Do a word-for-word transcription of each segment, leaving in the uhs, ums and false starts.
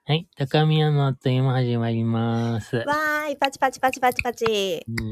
はい、高宮のあっという間始まります。 わーい、パチパチパチパチパチ。 うん、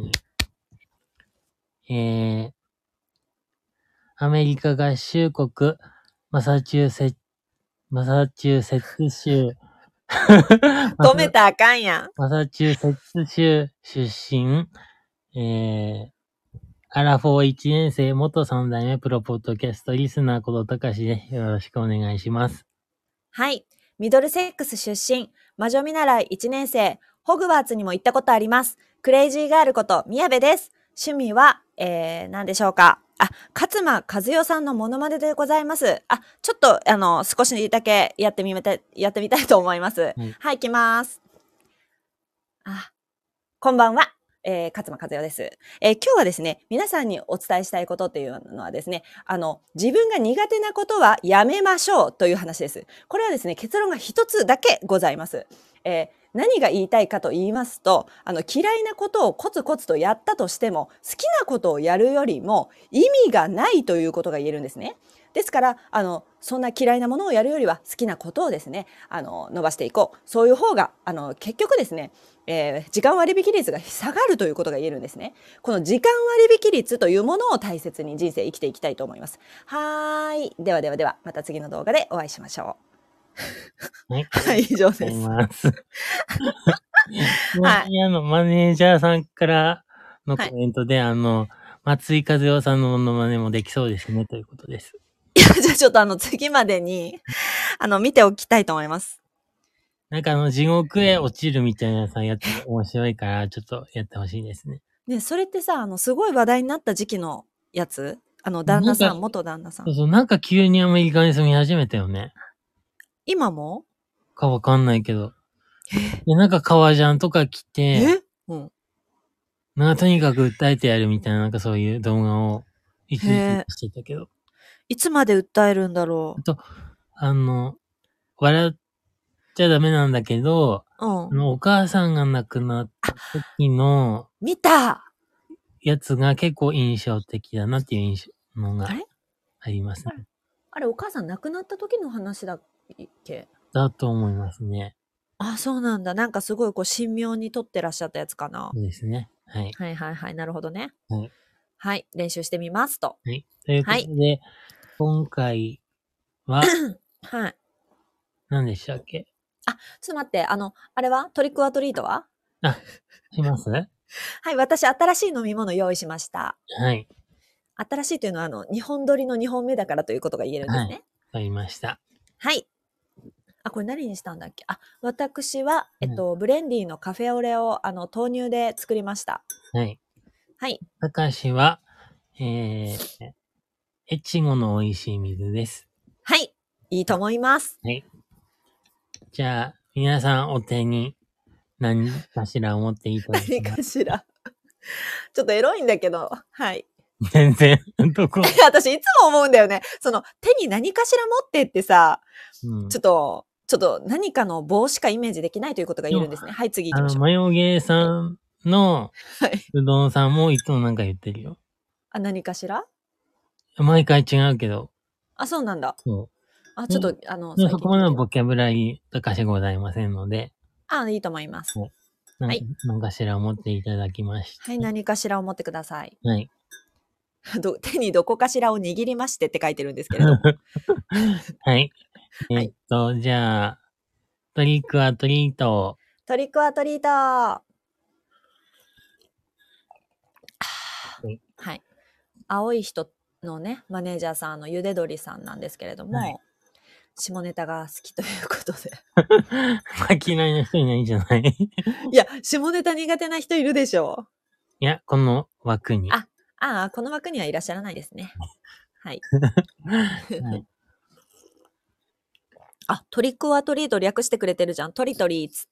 えー、アメリカ合衆国、マサチューセッツ、マサチューセッツ州、マサ止めたらあかんやん。 マサチューセッツ州出身、えー、アラフォーいちねん生、元さん代目プロポッドキャストリスナーことたかしです。よろしくお願いします。 はい。ミドルセックス出身、魔女見習いいちねん生、ホグワーツにも行ったことあります。クレイジーガールこと宮部です。趣味は、えー、何でしょうか。あ、勝間和代さんのモノマネでございます。あ、ちょっと、あの、少しだけやってみたい、やってみたいと思います。 はい、 はい、行きます。あ、こんばんは。えー、勝間和代です、えー。今日はですね、皆さんにお伝えしたいことっていうのはですね、あの、自分が苦手なことはやめましょうという話です。これはですね、結論が一つだけございます。えー、何が言いたいかと言いますと、あの、嫌いなことをコツコツとやったとしても、好きなことをやるよりも意味がないということが言えるんですね。ですから、あの、そんな嫌いなものをやるよりは好きなことをですね、あの、伸ばしていこう。そういう方が、あの、結局ですね、えー、時間割引率が下がるということが言えるんですね。この時間割引率というものを大切に人生生きていきたいと思います。はーい。ではではでは、また次の動画でお会いしましょう。 はい、 はい、以上ありがとうです。 ございます。ちなはい。 みにあの、マネージャーさんからのはい。 コメントで、あの、松井和代さんのモノマネもできそうですね、ということです。 いや、じゃあちょっとあの、次までに、あの、見ておきたいと思います。 なんかあの、地獄へ落ちるみたいなさ、やつ面白いから、ちょっとやってほしいですね。 ね、それってさ、あの、すごい話題になった時期のやつあの、旦なんか、 那さん、元旦那さん。 そうそう、なんか急にアメリカに住み始めたよね。 今もかわかんないけど。で、なんか革ジャンとか着て、 えうん。 なんかとにかく訴えてやるみたいな、なんかそういう動画を一時期へえ。 してたけど。 いつまで訴えるんだろあと、あの、笑っちゃダメなんだけど、 う。うん。 あの、お母さんが亡くなった時の見たやつが結構印象的だなっていう印象のがあれありますね。 あれあれ、お母さん亡くなった時の話だっけだと思いますね。 あ、そうなんだ。なんかすごいこう神妙に撮ってらっしゃったやつかな。 そうですね。はい。 はいはいはい。なるほどね。 はい。 はい。練習してみますと。 はい。というこはい。 とで、今回は、 はい。 何でしたっけ？ あ、ちょっと待って。あの、あれはトリックオアトリートはあ、します？ はい。私、新しい飲み物用意しました。 はい。 新しいというのは、あの、日本撮りのにほんめだからということが言えるんではい。 すね。 わかりました。 はい。あ、これ何にしたんだっけあ、私は、えっはい。 と、ブレンディのカフェオレを、あの、豆乳で作りました。 はい。 はい。 たかしは、えー、越後の美味しい水です。 はい。いいと思います。 はい。じゃあ、皆さんお手に何かしら持っていただき何ます。 かしら。ちょっとエロいんだけど、はい。 全然、どこ、 私いつも思うんだよね。その手に何かしら持ってってさ、 うん。 ちょっと、ちょっと何かの棒しかイメージできないということがでも、 言えるんですね。はい、次行あの、 きましょマヨゲーさう。はい。 んのはい。 うどんさんもいつもなんか言ってるよ。 あ、何かしら毎回違うけど、 あ、そうなんだ。 そあ、 う。 ちょっと、 で、 あの、 でそこまで最近聞いてよ。 のボキャブラリーとかしございませんので、 あ、いいと思います。 はい。なんか、 はい。 なんかしら持っていただきましはい、何かしらを持ってください。 た。はい。 ど手にどこかしらを握りましてって書いてるんですけれども。 はい。えはい。 ーっと、じゃあ、トリックアトリートを、 トリックアトリートははい。 い。青い人のね、マネージャーさんのゆで鳥さんなんですけれどはい。 も、下ネタが好きということで。 まあ、嫌いな人いないんじゃない？ いや、下ネタ苦手な人いるでしょう。 いや、この枠に。 あ、ああ、この枠にはいらっしゃらないですね。はい。 はい。 あ、トリックオアトリート略してくれてるじゃん。トリトリーっつって。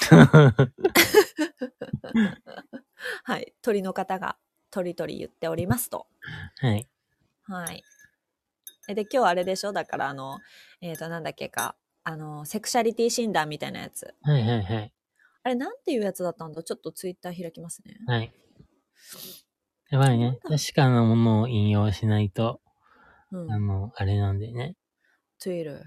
はい。鳥の方がトリトリ言っておりますと。 はい。 はい。えで、今日あれでしょだからあの、えっ、と、なんだっけか。あの、セクシャリティ診断みたいなやつ。 はいはいはい。 あれ、なんていうやつだったんだちょっとツイッター開きますね。 はい。やばいね。 なんだ確かなものを引用しないと、 うん。 あの、あれなんでね。 ツイル。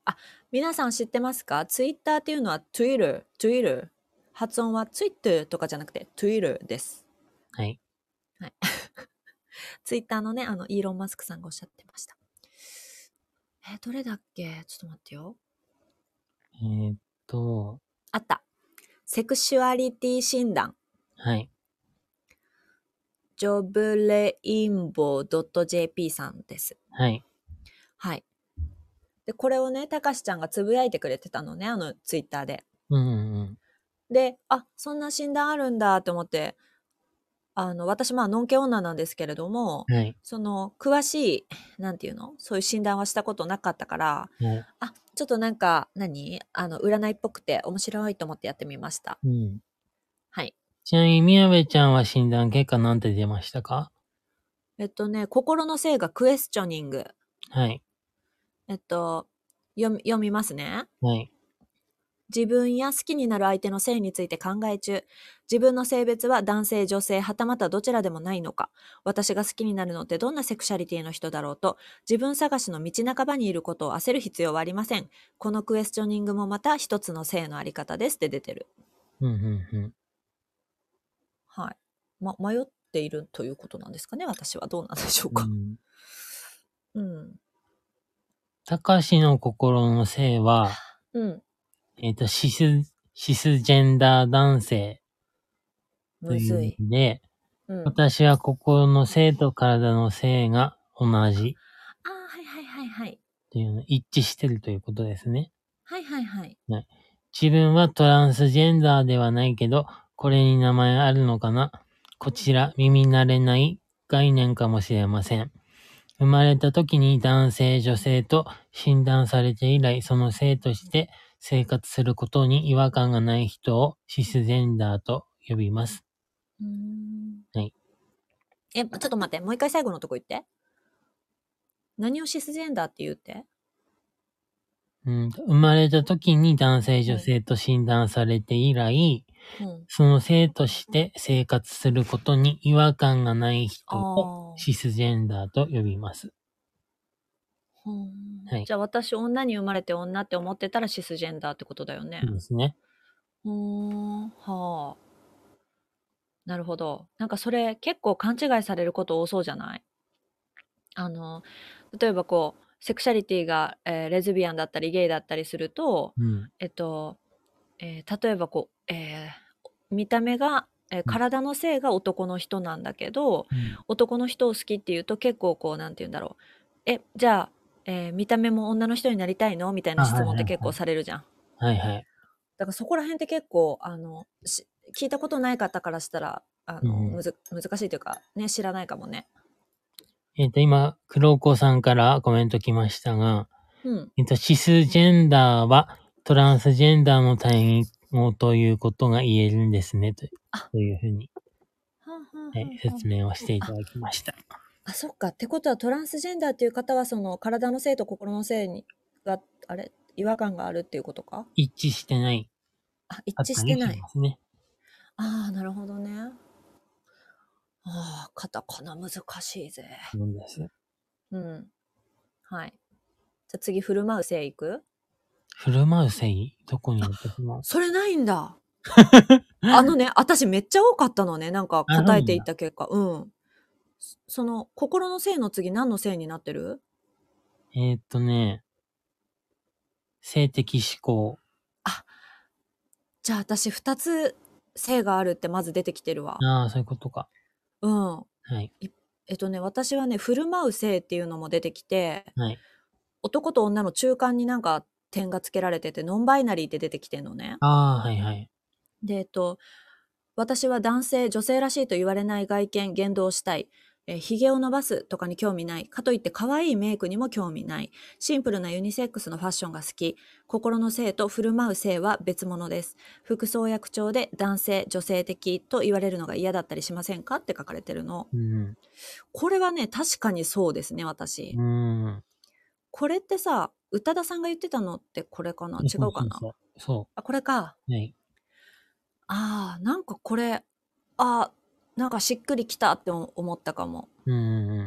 皆さん知ってますか？ツイッターっていうのは Twitter、Twitter。発音は Twitter とかじゃなくて Twitter です。 はい。 はい。ツイッターのね、あの、イーロン・マスクさんがおっしゃってました。えーどれだっけ？ちょっと待ってよ。 えーっと、 あった。セクシュアリティ診断。 はい。 ジョブレインボー ドット ジェーピー さんです。 はい。 はい。で、これをね、たかしちゃんがつぶやいてくれてたのね、あの、ツイッターで。 うんうんうん。 で、あ、そんな診断あるんだって思って、あの、私、まあ、のんけ女なんですけれども、 はい。 その、詳しい、なんていうのそういう診断はしたことなかったから、 はい。 あ、ちょっとなんか、何あの、占いっぽくて面白いと思ってやってみました。 うん。 はい。 ちなみに、宮部ちゃんは診断結果なんて出ましたか？ えっとね、心の性がクエスチョニング。 はい。 えっと、読み、読みますね。 はい。 自分や好きになる相手の性について考え中。自分の性別は男性、女性、はたまたどちらでもないのか。私が好きになるのってどんなセクシャリティの人だろうと、自分探しの道半ばにいることを焦る必要はありません。このクエスチョニングもまた一つの性のあり方ですって出てる。 うんうんうん。 はい。ま、迷っているということなんですかね、私は。どうなんでしょうか。 うん。 うん。 たかしの心の性は、 うん。 えっと、シス、シスジェンダー男性という意むずい。 味で、 うん。 私は心の性と体の性が同じああ、はいはいはいはい。 というの、一致してるということですね。 はいはいはい。 はい。自分はトランスジェンダーではないけど、これに名前あるのかな？こちら、耳慣れない概念かもしれません。生まれた時に男性、女性と診断されて以来、その性として生活することに違和感がない人をシスジェンダーと呼びます。 うーん。 はい。 え、ちょっと待って。もう一回最後のとこ言って。何をシスジェンダーって言うって？ うん、生まれた時に男性、女うん。 性と診断されて以来、 うん。 その性として生活することに違和感がないあ人をあ。 シスジェンダーと呼びます。 ふーん。 はい。 じゃあ私、女に生まれて女って思ってたらシスジェンダーってことだよね。 そうですね。 うーん。はあ。なるほど。なんかそれ結構勘違いされること多そうじゃない？あの、例えばこう、セクシャリティが、えーレズビアンだったりゲイだったりすると、 うん。 えっと、えー例えばこう、えー見た目が、えーうん。 体の性が男の人なんだけど、 うん。 男の人を好きっていうと結構こう、なんて言うんだろう。え、じゃあ、えー見た目も女の人になりたいのみたいなあ、はいはい質問って結構はい。 されるじゃん。 はいはい。 だからそこら辺って結構、あの、し聞いたことない方からしたら、あの、 うん。 むず、難しいというか、ね、知らないかもね。 えっと、今、黒子さんからコメント来ましたが、 うん。 えっと、シスジェンダーはトランスジェンダーの対応ということが言えるんですね、とあ、 というふうに、 はんはんはい、 はんはん。 説明をしていたあ、 だきました。 あ、そっか。ってことはトランスジェンダーっていう方は、その体の性と心の性にが、あれ、違和感があるっていうことか？ 一致してない、 あ、一致あったりししてない。 ますね。 ああ、なるほどね。ああ、カタカナ難しいぜ。 そうです。 うん。はい。じゃあ次、振る舞う性いく？ 振る舞う性、どこにあったかな？ それないんだ。あのね、私めっちゃ多かったのね。なんかあ、そう答えてなんだ。 いった結果。うん。その、心の性の次何の性になってる？ えーっとね、性的指向。 あ、じゃあ私二つ性があるってまず出てきてるわ。 ああ、そういうことか。 うん。 はい。 いえっとね、私はね、振る舞う性っていうのも出てきて、 はい。 男と女の中間になんか点がつけられてて、ノンバイナリーって出てきてんのね。 ああ、はいはい。 で、えっと、私は男性、女性らしいと言われない外見、言動をしたい。えー、髭を伸ばすとかに興味ない。かといって可愛いメイクにも興味ない。シンプルなユニセックスのファッションが好き。心の性と振る舞う性は別物です。服装や口調で男性、女性的と言われるのが嫌だったりしませんかって書かれてるの。 うん。 これはね、確かにそうですね、私。 うーん。 これってさ、宇多田さんが言ってたのってこれかな？違そううかな？ そうそう。そあ、これか。 う。はい。 ああ、なんかこれ、あーなんかしっくりきたって思ったかも。 うんうんうん。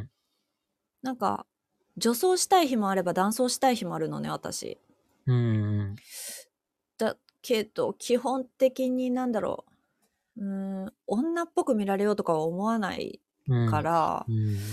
なんか、女装したい日もあれば男装したい日もあるのね、私。 うん。 だけど、基本的になんだろう。うーん、女っぽく見られようとかは思わないうん。 から、 うん。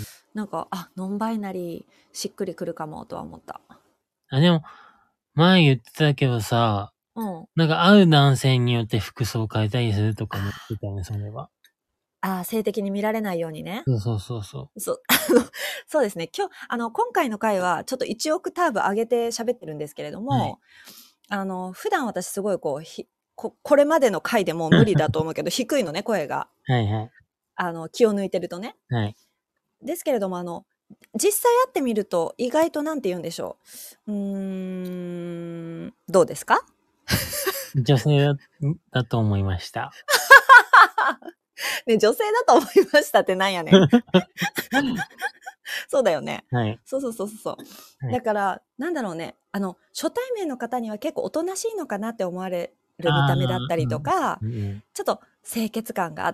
なんか、あ、ノンバイナリーしっくりくるかもとは思った。 あ、でも、前言ってたけどさ、 うん。 なんか会う男性によって服装を変えたりするとかもあ言ってたよね、それは。 あ、性的に見られないようにね。 そうそうそうそそう、あの、そうですね。今日、あの、今回の回はちょっといちオクターブ上げて喋ってるんですけれどう。はい。 も、あの、普段私すごいこう、ひここれまでの回でもう無理だと思うけど、低いのね、声が。 はいはい。 あの、気を抜いてるとね。 はい。 ですけれども、あの、実際会ってみると、意外となんて言うんでしょう。うーん、どうですか？ 女性だ、だと思いました。 ね、女性だと思いましたってなんやねん。そうだよね。 はい。 そうそうそうそう。 はい。 だから、なんだろうね、あの、初対面の方には結構おとなしいのかなって思われる見ああ、 た目だったりとうん。 か、 うん。 ちょっと清潔感があって、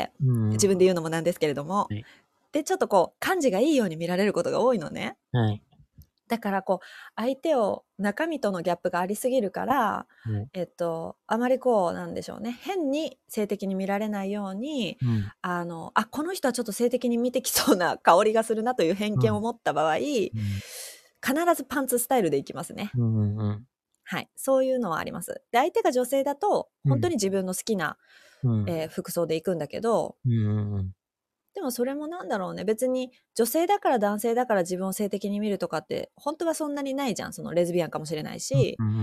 うん。 自分で言うのもなんですけれども、 はい。 で、ちょっとこう、感じがいいように見られることが多いのね。 はい。 だからこう、相手を中身とのギャップがありすぎるから、 はい。 えっと、あまりこう、なんでしょうね、変に性的に見られないように、 うん。 あの、あ、この人はちょっと性的に見てきそうな香りがするなという偏うん。 見を持った場合、必うん。 ずパンツスタイルでいきますね。 うん。うん。 はい。そういうのはあります。で、相手が女性だと、本当うん。 に自分の好きな、 うん。 えー服装で行くんだけど、 うん。うん。 でもそれもなんだろうね、別に女性だから男性だから自分を性的に見るとかって、本当はそんなにないじゃん。そのレズビアンかもしれないし、 うん。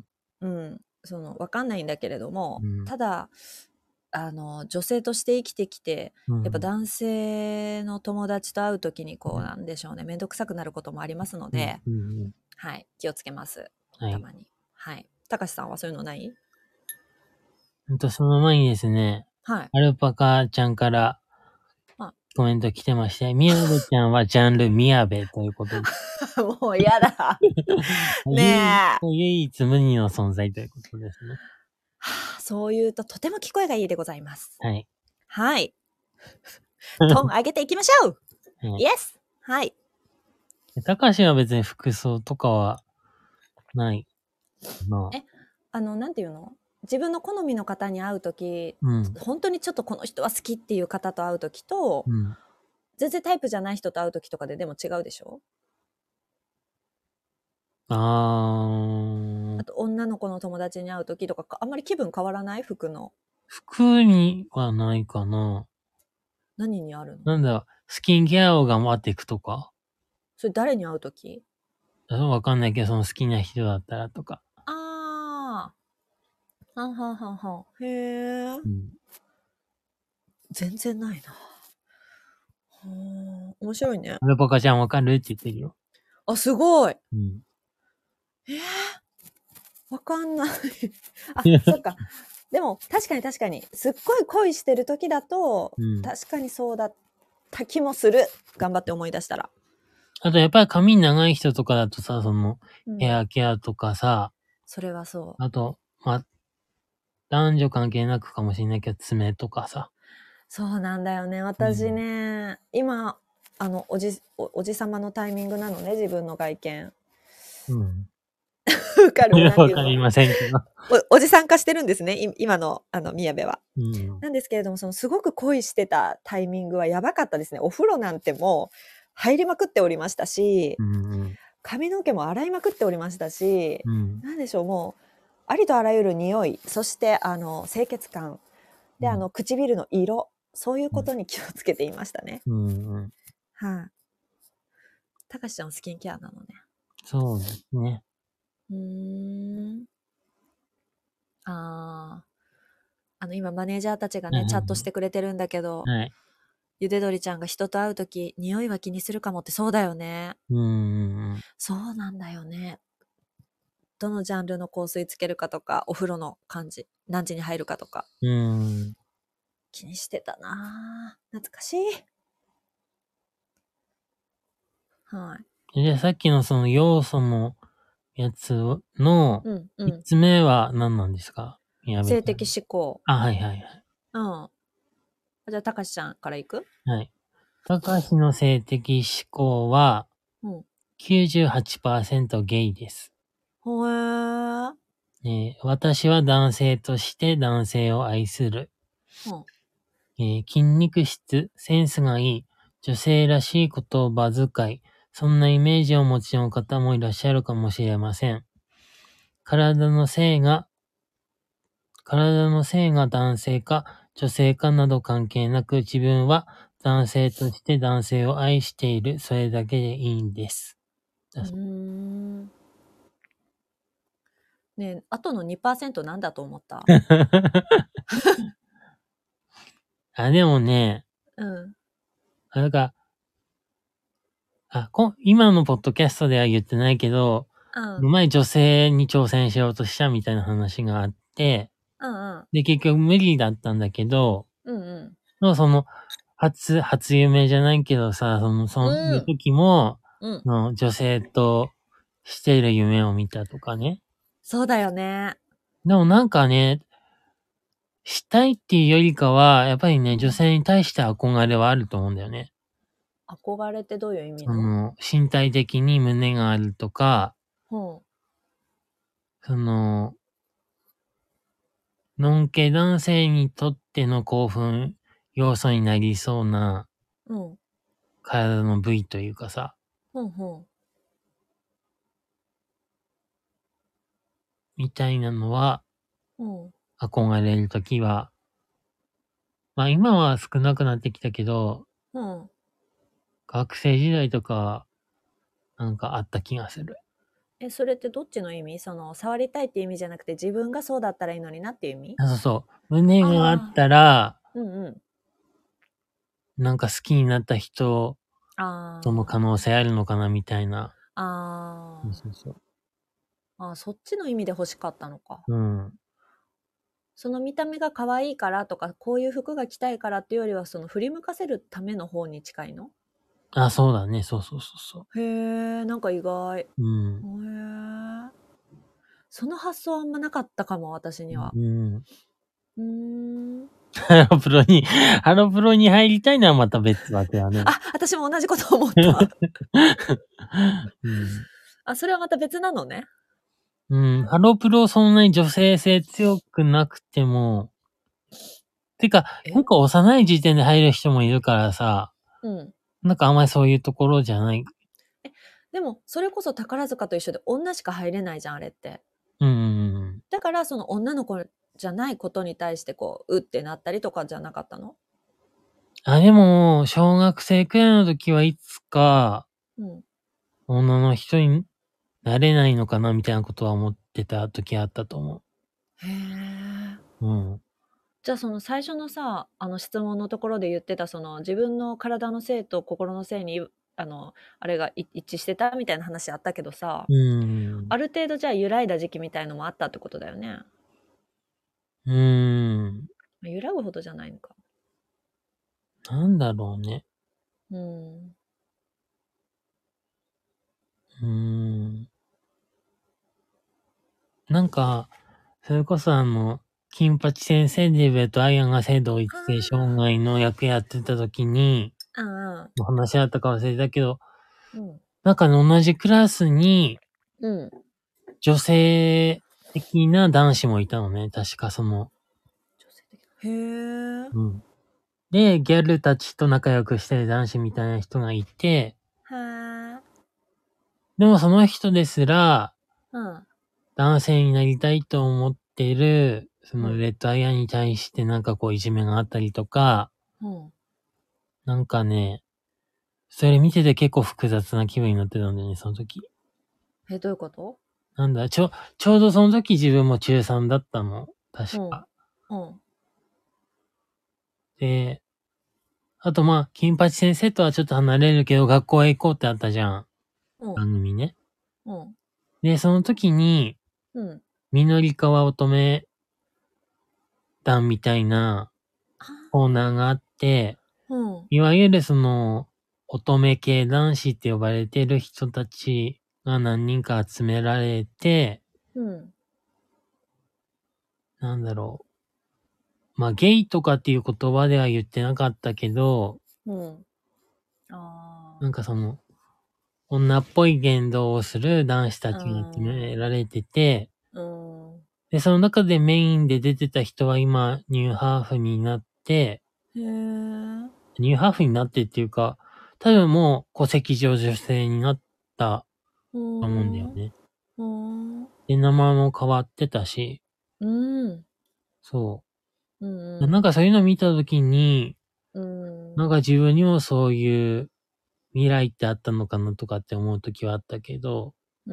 うん、その、わかんないんだけれども、 うん。 ただ、あの、女性として生きてきて、 うん。 やっぱ男性の友達と会うときに、こう、 うん。 なんでしょうね、めんどくさくなることもありますのうん。 で、 うん。 はい、気をつけます。 はい。 たまに。はい。たかしさんはそういうのない？ ほんと、その前にですね、 はい。 アルパカちゃんからあ、 コメント来てまして、みやべちゃんはジャンルみやべということで。 もう嫌だ。ね唯一、 え。 唯一無二の存在ということですね。 はあ、そう言うととても聞こえがいいでございます。 はい。 はい。トーン上げていきましょう。 はい。 イエス。はい。 たかしは別に服装とかはないかな。 え、あの、なんていうの？自分の好みの方に会うとき、 うん。 本当にちょっとこの人は好きっていう方と会うときと、 うん。 全然タイプじゃない人と会うときとかででも違うでしょ？ あー、 あと女の子の友達に会うときとか、あんまり気分変わらない？服の。 服にはないかな。 何にあるの？ なんだ、スキンケアを頑張っていくとか。 それ誰に会うとき？ わかんないけど、その好きな人だったらとか。 あー。はんはんはんはん。へー。 うん。 全然ないな。はー、面白いね。 アルパカちゃんわかるって言ってるよ。 あ、すごい。 うん。 えー、わかんない。あ、そっか。でも、確かに確かに、すっごい恋してる時だと、 うん。 確かにそうだった気もする。頑張って思い出したら。 あとやっぱり髪長い人とかだとさ、その、 うん。 ヘアケアとかさ、 それはそう。 あと、ま、男女関係なくかもしれないけど、爪とかさ。 そうなんだよね。 う私ん。 ね、今、あの、おじ、お、おじさまのタイミングなのね、自分の外見。 うん。 わかる？なんていうの？ わかりませんけど。 お、おじさん化してるんですね、い今の、あの、宮部は。 うん。 なんですけれども、その、すごく恋してたタイミングはやばかったですね。お風呂なんてもう、入りまくっておりましたし、 うん。 髪の毛も洗いまくっておりましたし、 うん。 なんでしょう、もう、ありとあらゆる匂い、そして、あの、清潔感、で、あうん。 の、唇の色、そういうことに気をつけていましたね。 うん。うん。 はい。たかしちゃんスキンケアなのね。 そうですね。 うーん。ああ。あの、今、マネージャーたちがね、チャットしてくれてるんだけど、 はい。 ゆでどりちゃんが人と会うとき、匂いは気にするかもってそうだよね。 うん。 そうなんだよね。どのジャンルの香水つけるかとか、お風呂の感じ、何時に入るかとか、 うん。 気にしてたなぁ。懐かしい。はい。 じゃあさっきのその要素のやつのうん、う三ん。 つ目は何なんですか？宮部ちゃん。 性的思考。 あ、はいはいはい。 うん。じゃあ、たかしちゃんからいく？ はい。高橋の性的思考はうん。 きゅうじゅうはちパーセントゲイです。 ほえー。 えー私は男性として男性を愛する。 うんえー筋肉質、センスがいい、女性らしい言葉遣い、そんなイメージをお持ちの方もいらっしゃるかもしれません。体の性が、体の性が男性か女性かなど関係なく、自分は男性として男性を愛している、それだけでいいんです。 うーん。ねえ、あとの にパーセント なんだと思ったあ、でもね、 うん。 あなんか、あこ、今のポッドキャストでは言ってないけど、 うん。 前女性に挑戦しようとしたみたいな話があって、 うんうん。 で、結局無理だったんだけど、 うんうん。 でもその、初、初夢じゃないけどさ、その、そういううん。 時も、 うん。 の女性としている夢を見たとかね。 そうだよね。 でもなんかね、したいっていうよりかは、やっぱりね、女性に対して憧れはあると思うんだよね。 憧れってどういう意味のその、身体的に胸があるとか、 うん。 その、のんけ男性にとっての興奮要素になりそうなうん。 体の部位というかさ、 うん。うん。 みたいなのはうん。 憧れるときは、まあ今は少なくなってきたけど、 うん。 学生時代とかなんかあった気がする。 え、それってどっちの意味その、触りたいっていう意味じゃなくて、自分がそうだったらいいのになっていう意味あそうそう。胸があっああたら、 ー。うんうん。 なんか好きになった人との可あ能性あるのかなみたいな。 あ。 そうあそうそあ。ああ、そっちの意味で欲しかったのか。 う。うん。 その見た目が可愛いからとか、こういう服が着たいからっていうよりは、その振り向かせるための方に近いのあ、そうだね。そうそうそうそへえ、なんか意外。へう。うん。 え。その発想あんまなかったかも、私には。 うん。 うーん。 ハロプロに、ハロプロに入りたいのはまた別わけだね。 あ、私も同じこと思った。 うん。 あ、それはまた別なのね。 うん。ハロプロそんなに女性性強くなくても、てか、なんえか幼い時点で入る人もいるからさ、 うん。 なんかあんまりそういうところじゃない。 え、でも、それこそ宝塚と一緒で女しか入れないじゃん、あれって。 うん。 だから、その女の子じゃないことに対して、こう、うってなったりとかじゃなかったのあ、でも、小学生くらいの時はいつか、 うん。 女の人になれないのかなみたいなことは思ってた時あったと思へえ。 う。うん。 じゃあその最初のさ、あの質問のところで言ってたその自分の体の性と心の性にあのあれがい一致してたみたいな話あったけどさ、 うん。 ある程度じゃあ揺らいだ時期みたいのもあったってことだよね。 うーん。 まあ揺らぐほどじゃないのか。 なんだろうね。 うん。 うーん。なんか、それこそあの、金八先生でベトアイアンが性同一性障害の役やってた時に、 ああ、 お話あったか忘れたけど、 うん。 なんか同じクラスにうん。 女性的な男子もいたのね。確かその、 女性的。へえ。 うん。で、ギャルたちと仲良くしてる男子みたいな人がいて、 はあ。 でもその人ですら、 うん。 男性になりたいと思ってる、そのうん。 レッドアイアンに対してなんかこういじめがあったりとか、 うん。 なんかね、それ見てて結構複雑な気分になってたんだよね、その時。 え、どういうことなんだ、ちょ、ちょうどその時自分も中さんだったの。確うん。 か。 うん。 で、あとまあ、金八先生とはちょっと離れるけど、学校へ行こうってあったじゃん。 うん。 番組ね。 うん。 で、その時に、 うん。 みのりかわ乙女団みたいなコーナーがあって、 うん。 いわゆるその、乙女系男子って呼ばれてる人たちが何人か集められて、 うん。 なんだろう。まあ、ゲイとかっていう言葉では言ってなかったけど、 うん。ああ。 なんかその、 女っぽい言動をする男子たちが決められてて、 うん。 で、その中でメインで出てた人は今、ニューハーフになって、 へー。 ニューハーフになってっていうか、多分もう戸籍上女性になったうと思うんだよん。 ね。 うん。 で、名前も変わってたし、 うん。 そう。 うん。 なんかそういうの見たときに、 うん。 なんか自分にもそういう未来ってあったのかなとかって思うときはあったけど、 うん。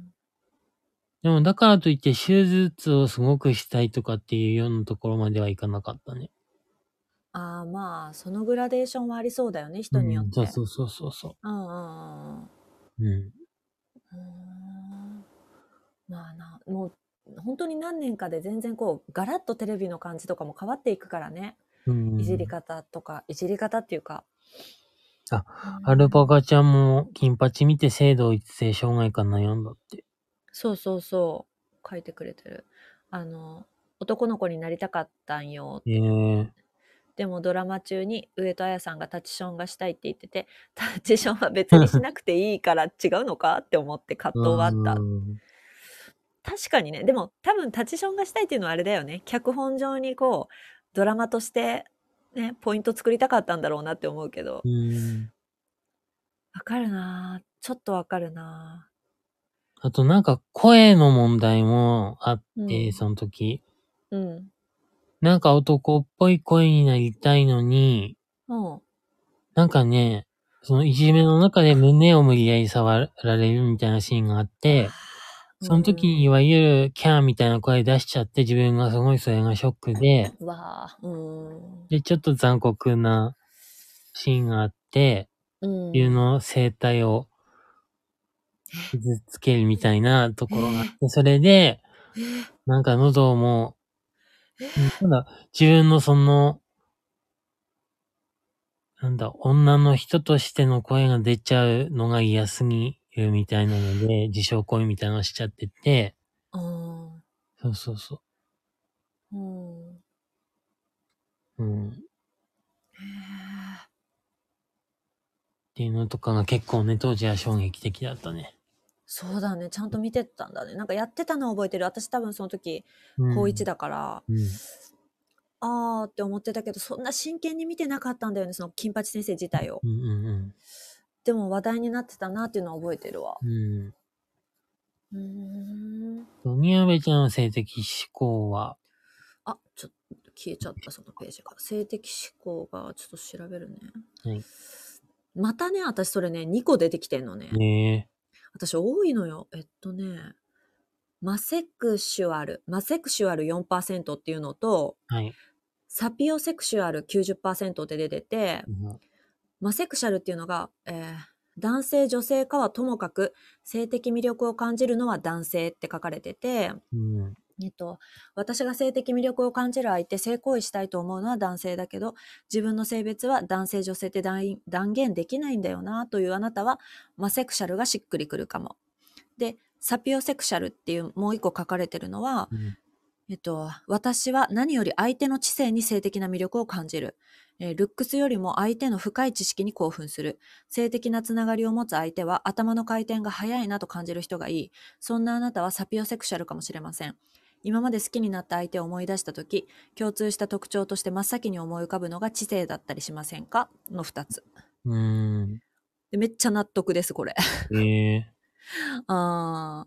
でもだからといって手術をすごくしたいとかっていうようなところまではいかなかったね。 ああ、まあ、そのグラデーションはありそうだよね、人によっうん、そうて。 そうそうそうそうんうんうんうん。 う。うん。 うーん。まあな、もう、本当に何年かで全然こう、ガラッとテレビの感じとかも変わっていくからね。 ういじりん。 方とか、いじり方っていうか。 あ、 うアルパん。 カちゃんも金八見て性同一性障害か悩んだって。 そうそうそう。書いてくれてる。あの、男の子になりたかったんよっえて。 えでもドラマ中に上戸彩さんがタッチションがしたいって言ってて、タッチションは別にしなくていいから違うのかって思って葛う藤はあった。 ーん。 確かにね、でも多分タッチションがしたいっていうのはあれだよね。脚本上にこう、ドラマとしてね、ポイント作りたかったんだろうなって思うけど。 うーん。 わかるなぁ。ちょっとわかるなあとなんか声の問題もあっぁ。うて、 ん。 その時。 うん。 なんか男っぽい声になりたいのに、 うん。 なんかね、そのいじめの中で胸を無理やり触られるみたいなシーンがあっあて、 ーその時にいわゆるキャーみたいな声出しちゃって自分がすごいそれがショックで、 うん。わあ。うん。 で、ちょっと残酷なシーンがあって、 ういうん。 の声帯を傷つけるみたいなとえころがあっー、 て、それで、 えー、 なんか喉も、うんただ自分のその、なんだ、女の人としての声が出ちゃうのが嫌すぎるみたいなので、自傷行為みたいなのをしちゃってて、 うん。 そうそうそうん。 う。うん。っへえ。 ていうのとかが結構ね、当時は衝撃的だったね。 そうだね。ちゃんと見てたんだね。なんかやってたのを覚えてる。私多分その時、 うん。 高一だから、 うん。 あーって思ってたけど、そんな真剣に見てなかったんだよね。その金八先生自体を。 うんうんでも話題になってたなっていうのは覚えてるわ。 うん。うん。 うーん。 宮部ちゃんの性的思考は、 あ、ちょっと消えちゃった、そのページが。性的思考が、ちょっと調べるね。 はい。 またね、私それね、にこ出てきてんのね。 ね私多いのよ。えっとね、マセクシュアル、マセクシュアル よんパーセント っていうのと、 はい。 サピオセクシュアル きゅうじゅっパーセント って出てて、 うん。 マセクシャルっていうのが、えー男性女性かはともかく性的魅力を感じるのは男性って書かれてて、 うんえっと、私が性的魅力を感じる相手、性行為したいと思うのは男性だけど、自分の性別は男性女性って断断言できないんだよなというあなたは、マセクシャルがしっくりくるかも。で、サピオセクシャルっていうもう一個書かれてるのは、 うんえっと、私は何より相手の知性に性的な魅力を感じる。えールックスよりも相手の深い知識に興奮する。性的なつながりを持つ相手は頭の回転が速いなと感じる人がいい。そんなあなたはサピオセクシャルかもしれません。今まで好きになった相手を思い出したとき、共通した特徴として真っ先に思い浮かぶのが知性だったりしませんかの二つ。 うん。 でめっちゃ納得です、これ。 ええあー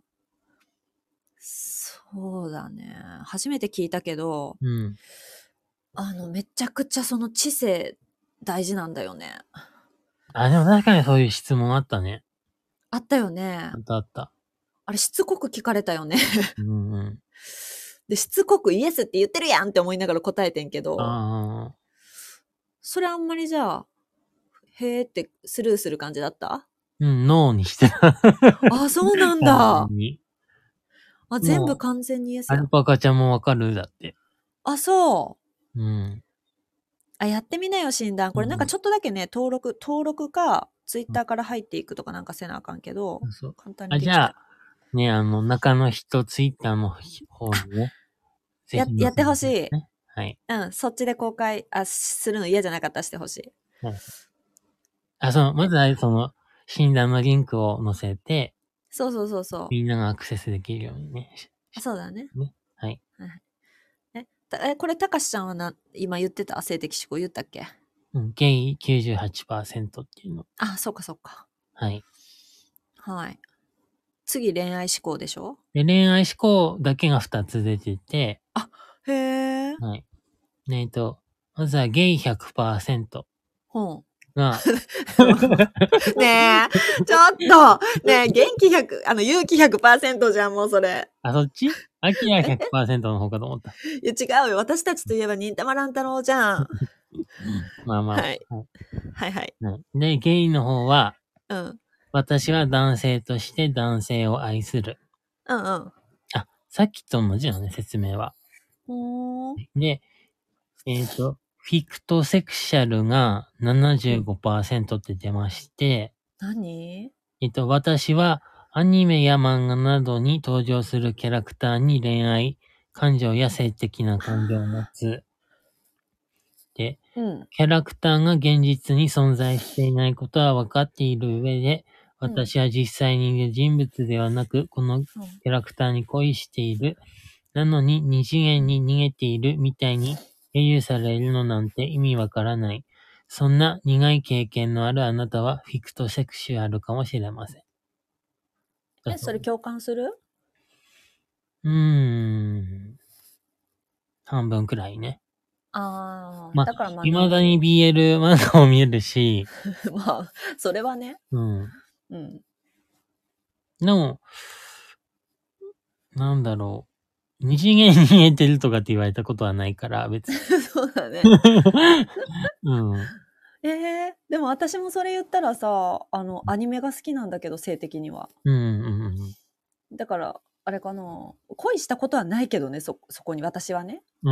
そうだね。初めて聞いたけど、 うん。 あの、めちゃくちゃその知性大事なんだよね。 あ、でも確かにそういう質問あったね。 あったよねあ。ったあった。 あれしつこく聞かれたよね。 うんうん。 で、しつこくイエスって言ってるやんって思いながら答えてんけど、 ああ。 それあんまりじゃあ、へーってスルーする感じだったうん、ノーにしてた。 あ、そうなん完だ。 全に。 あ、全部もう、 完全にイエスアルやん。 パカちゃんもわかるだって。 あ、そう。 うん。 あ、やってみなよ、診断。これなんかうんちょっとだけね、登録、登録か、ツイッターから入っていくとかなんかせなあかんけど、 そう。 簡単にあ、 できたよ。 じゃあ、ね、あの、中の人、ツイッターの方にね、ぜや、 ひ載せてやってほしい。 ね。はい。 うん、そっちで公開、あ、するの嫌じゃなかったらしてほしい。 はい。あ、その、まずは、その、 診断のリンクを載せて、 そうそうそうそう。 みんながアクセスできるようにね。 そうだね。 ね。はい。 はい。え、たえこれ、たかしちゃんはな、今言ってた性的指向言ったっけ？ うん、ゲイ きゅうじゅうはちパーセント っていうの。 あ、そっかそっか。 はい。 はい。次、恋愛思考でしょ？ で、恋愛思考だけがふたつ出てて、 へえ。 はい。えっと、まずはゲイ ひゃくパーセントほん。 が、 ねえ、ちょっと、ねえ、元気ひゃく、あの、勇気 ひゃくパーセント じゃん、もうそれ。 あ、そっちアキラ ひゃくパーセント の方かと思った。 いや、違うよ。私たちといえば、忍たま乱太郎じゃん。 まあまあ。 はい。はいはい。 はい。で、ゲイの方は、 うん。 私は男性として男性を愛する。 うんうん。 あ、さっきと同じだね、説明は。 ほー。 で、えっと、フィクトセクシャルが ななじゅうごパーセント って出まして、 何？ えっと、私はアニメや漫画などに登場するキャラクターに恋愛、感情や性的な感情を持つ。で、 うん。 キャラクターが現実に存在していないことは分かっている上で、 うん私は実際にいる人物ではなく、このキャラクターに恋している。なのに二次元に逃げているみたいに揶揄されるのなんて意味わからない。そんな苦い経験のあるあなたはフィクトセクシュアルかもしれません。 え、それ共感する？ うーん。半分くらいね。 ああ、 まあだからまあ、 未だに ビーエル 漫画を見えるし、 まあ、それはね。 うん。 うん。 でも、なんだろう。二次元に逃げてるとかって言われたことはないから、別に。 そうだね。 うん。 ええでも私もそれ言ったらさ、あの、アニメが好きなんだけど、性的には。 うんうんだから、あれかな、恋したことはないけどね、そ、そこに私はね。 うん。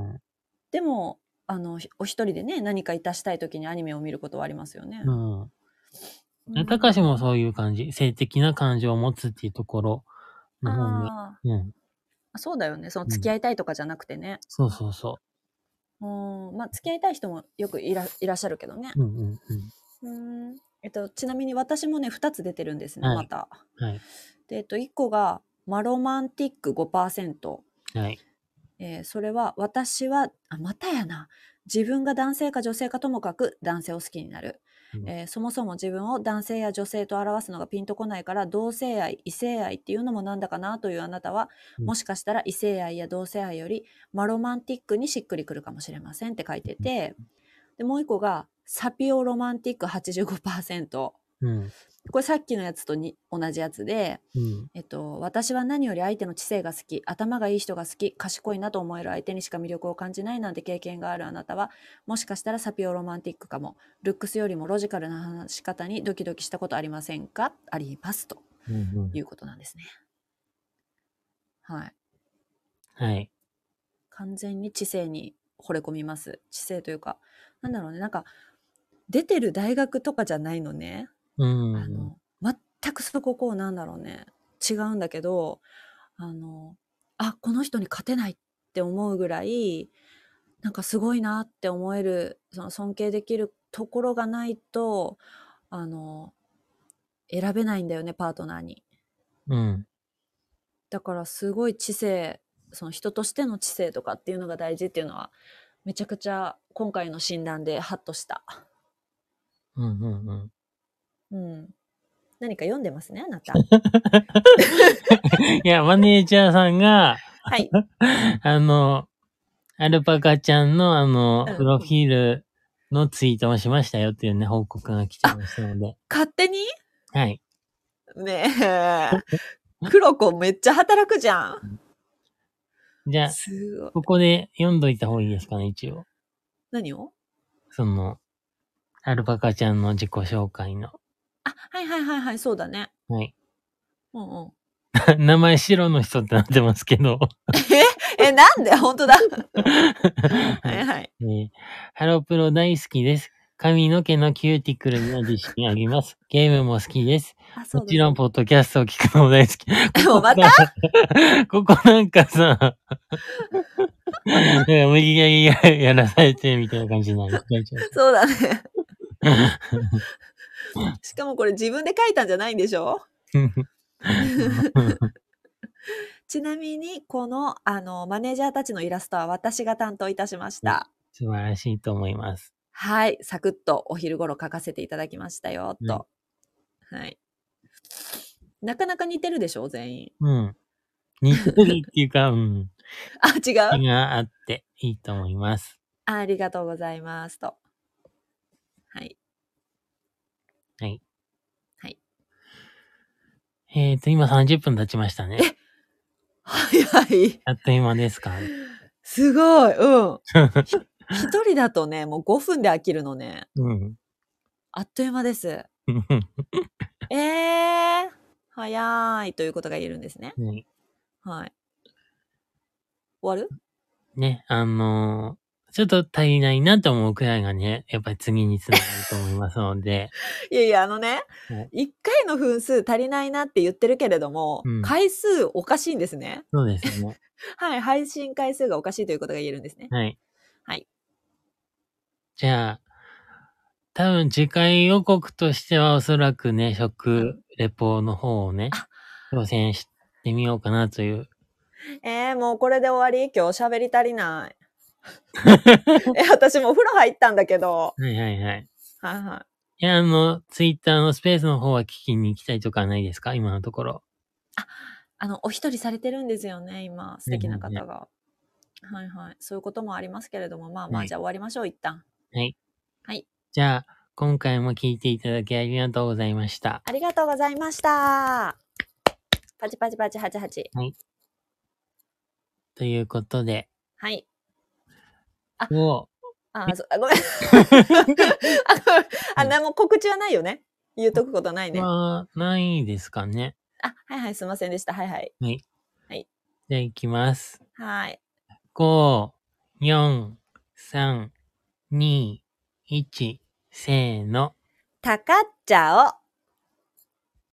うん。 でも、あの、ひお一人でね、何かいたしたい時にアニメを見ることはありますよね。 うん。 うんたかしもそういう感じ。性的な感情を持つっていうところの方に。 あうん。 あ、そうだよね。そのうん付き合いたいとかじゃなくてね。 そうそうそうん、まあ、付き合いたい人もよくいらいらっしゃるけどね。 う。うんうんうん。 うん。えっと、ちなみに私もね、ふたつ出てるんですね、 はいまた。 はい。 で、えっと、いっこが、マロマンティック ごパーセント。 はい。 えーそれは、私は、あ、またやな。自分が男性か女性かともかく男性を好きになる。 うんえーそもそも自分を男性や女性と表すのがピンとこないから、同性愛、異性愛っていうのもなんだかなというあなたは、 うんもしかしたら異性愛や同性愛よりマロマンティックにしっくりくるかもしれませんって書いてて、で、もう一個が、サピオロマンティック はちじゅうごパーセント。 うんこれさっきのやつとに同じやつで、 うんえっと、私は何より相手の知性が好き、頭がいい人が好き、賢いなと思える相手にしか魅力を感じないなんて経験があるあなたは、もしかしたらサピオロマンティックかも。ルックスよりもロジカルな話し方にドキドキしたことありませんか？ありますとうんうんいうことなんですね。はい。 はい。 完全に知性に惚れ込みます。知性というか、なんだろうね、なんか、出てる大学とかじゃないのね。 うんあの、全くそここうなんだろうね。違うんだけど、あの、あ、この人に勝てないって思うぐらい、なんかすごいなって思える、その尊敬できるところがないと、あの、選べないんだよね、パートナーに。 うんだからすごい知性、その人としての知性とかっていうのが大事っていうのは、めちゃくちゃ今回の診断でハッとした。 うんうんうん。 うん。何か読んでますね、あなた。 いや、マネージャーさんが、 はい。 あの、アルパカちゃんのあの、 うんプロフィールのツイートもしましたよっていうね、報告が来てましたので。 勝手にはい。 ねえ。黒子めっちゃ働くじゃん。 じゃあ、 すごい。 ここで読んどいた方がいいですかね、一応。 何を？ その、アルパカちゃんの自己紹介の。 あ、はいはいはいはい、そうだね。 はい。 うんうん。 名前白の人ってなってますけど。 え、なんで？本当だ。 ははいはい。 えーハロプロ大好きです。髪の毛のキューティクルには自信あります。ゲームも好きです。 あ、そうだもちろん、ポッドキャストを聞くのも大好き。 もうまたここなんかさ、なんか無理やりややらされてるみたいな感じになる。大丈夫。 そうだね。 しかもこれ自分で書いたんじゃないんでしょ？ちなみに、この、あの、マネージャーたちのイラストは私が担当いたしました。 素晴らしいと思います。 はい。サクッとお昼頃書かせていただきましたよ、と。はい。なかなか似てるでしょ、全員。 うん。似てるっていうか、うん。 あ、違う？ 気があっていいと思います。 あ、ありがとうございますと。はい。 はい。 はい。 えっと、今さんじゅっぷん経ちましたね。 早い。 あっという間ですか？ すごい。うん。ひ一人だとね、もうごふんで飽きるのね。 うん。 あっという間です。ええー、早いということが言えるんですね。 はい。 はい。終わる？ ね、あのー、ちょっと足りないなと思うくらいがね、やっぱり次につながると思いますので。 いやいや、あのね、 はいいっかいの分数足りないなって言ってるけれども、 うん。 回数おかしいんですね。 そうですね。 はい、配信回数がおかしいということが言えるんですね。 はい。 はい。 じゃあ、多分次回予告としてはおそらくね、食レポの方をね、挑戦してみようかなという。 えー、もうこれで終わり？今日喋り足りない。え、私もお風呂入ったんだけど。 はいはいはい。 はいはい。 いや、あの、ツイッターのスペースの方は聞きに行きたいとかはないですか？今のところ。 あ、あの、お一人されてるんですよね、今。素敵なはいはい方が。はいはい。そういうこともありますけれども、まあまあ、 はい。 じゃあ終わりましょう、一旦。 はい。 はい。 じゃあ、今回も聞いていただきありがとうございました。 ありがとうございました。パチパチパチはちはち。 はい。ということで、 はい。あ、 おあ、そあごめん。あ、あ、何も告知はないよね。言うとくことないね。 は、ないですかね。 あ、はいはい、すいませんでした。はいはい。 はい。 はい。 じゃあ行きます。 はい。 ご、よん、さん、に、いち、せーの。 たかっちゃお。